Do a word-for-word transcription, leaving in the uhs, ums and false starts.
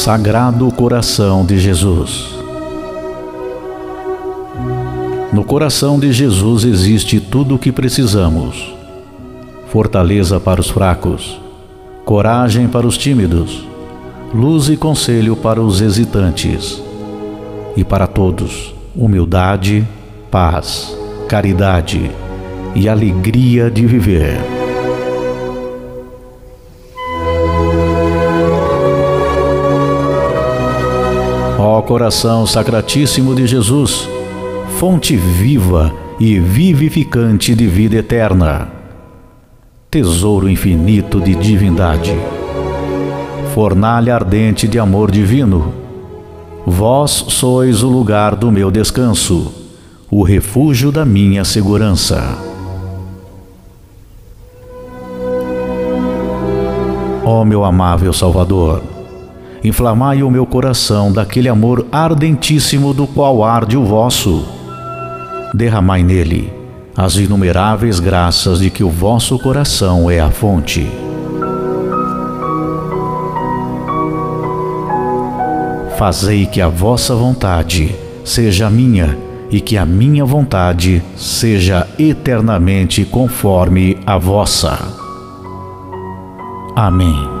Sagrado Coração de Jesus. No coração de Jesus existe tudo o que precisamos: fortaleza para os fracos, coragem para os tímidos, luz e conselho para os hesitantes, e para todos, humildade, paz, caridade e alegria de viver. Ó coração sacratíssimo de Jesus, fonte viva e vivificante de vida eterna, tesouro infinito de divindade, fornalha ardente de amor divino, vós sois o lugar do meu descanso, o refúgio da minha segurança. Ó meu amável Salvador, inflamai o meu coração daquele amor ardentíssimo do qual arde o vosso. Derramai nele as inumeráveis graças de que o vosso coração é a fonte. Fazei que a vossa vontade seja a minha e que a minha vontade seja eternamente conforme a vossa. Amém.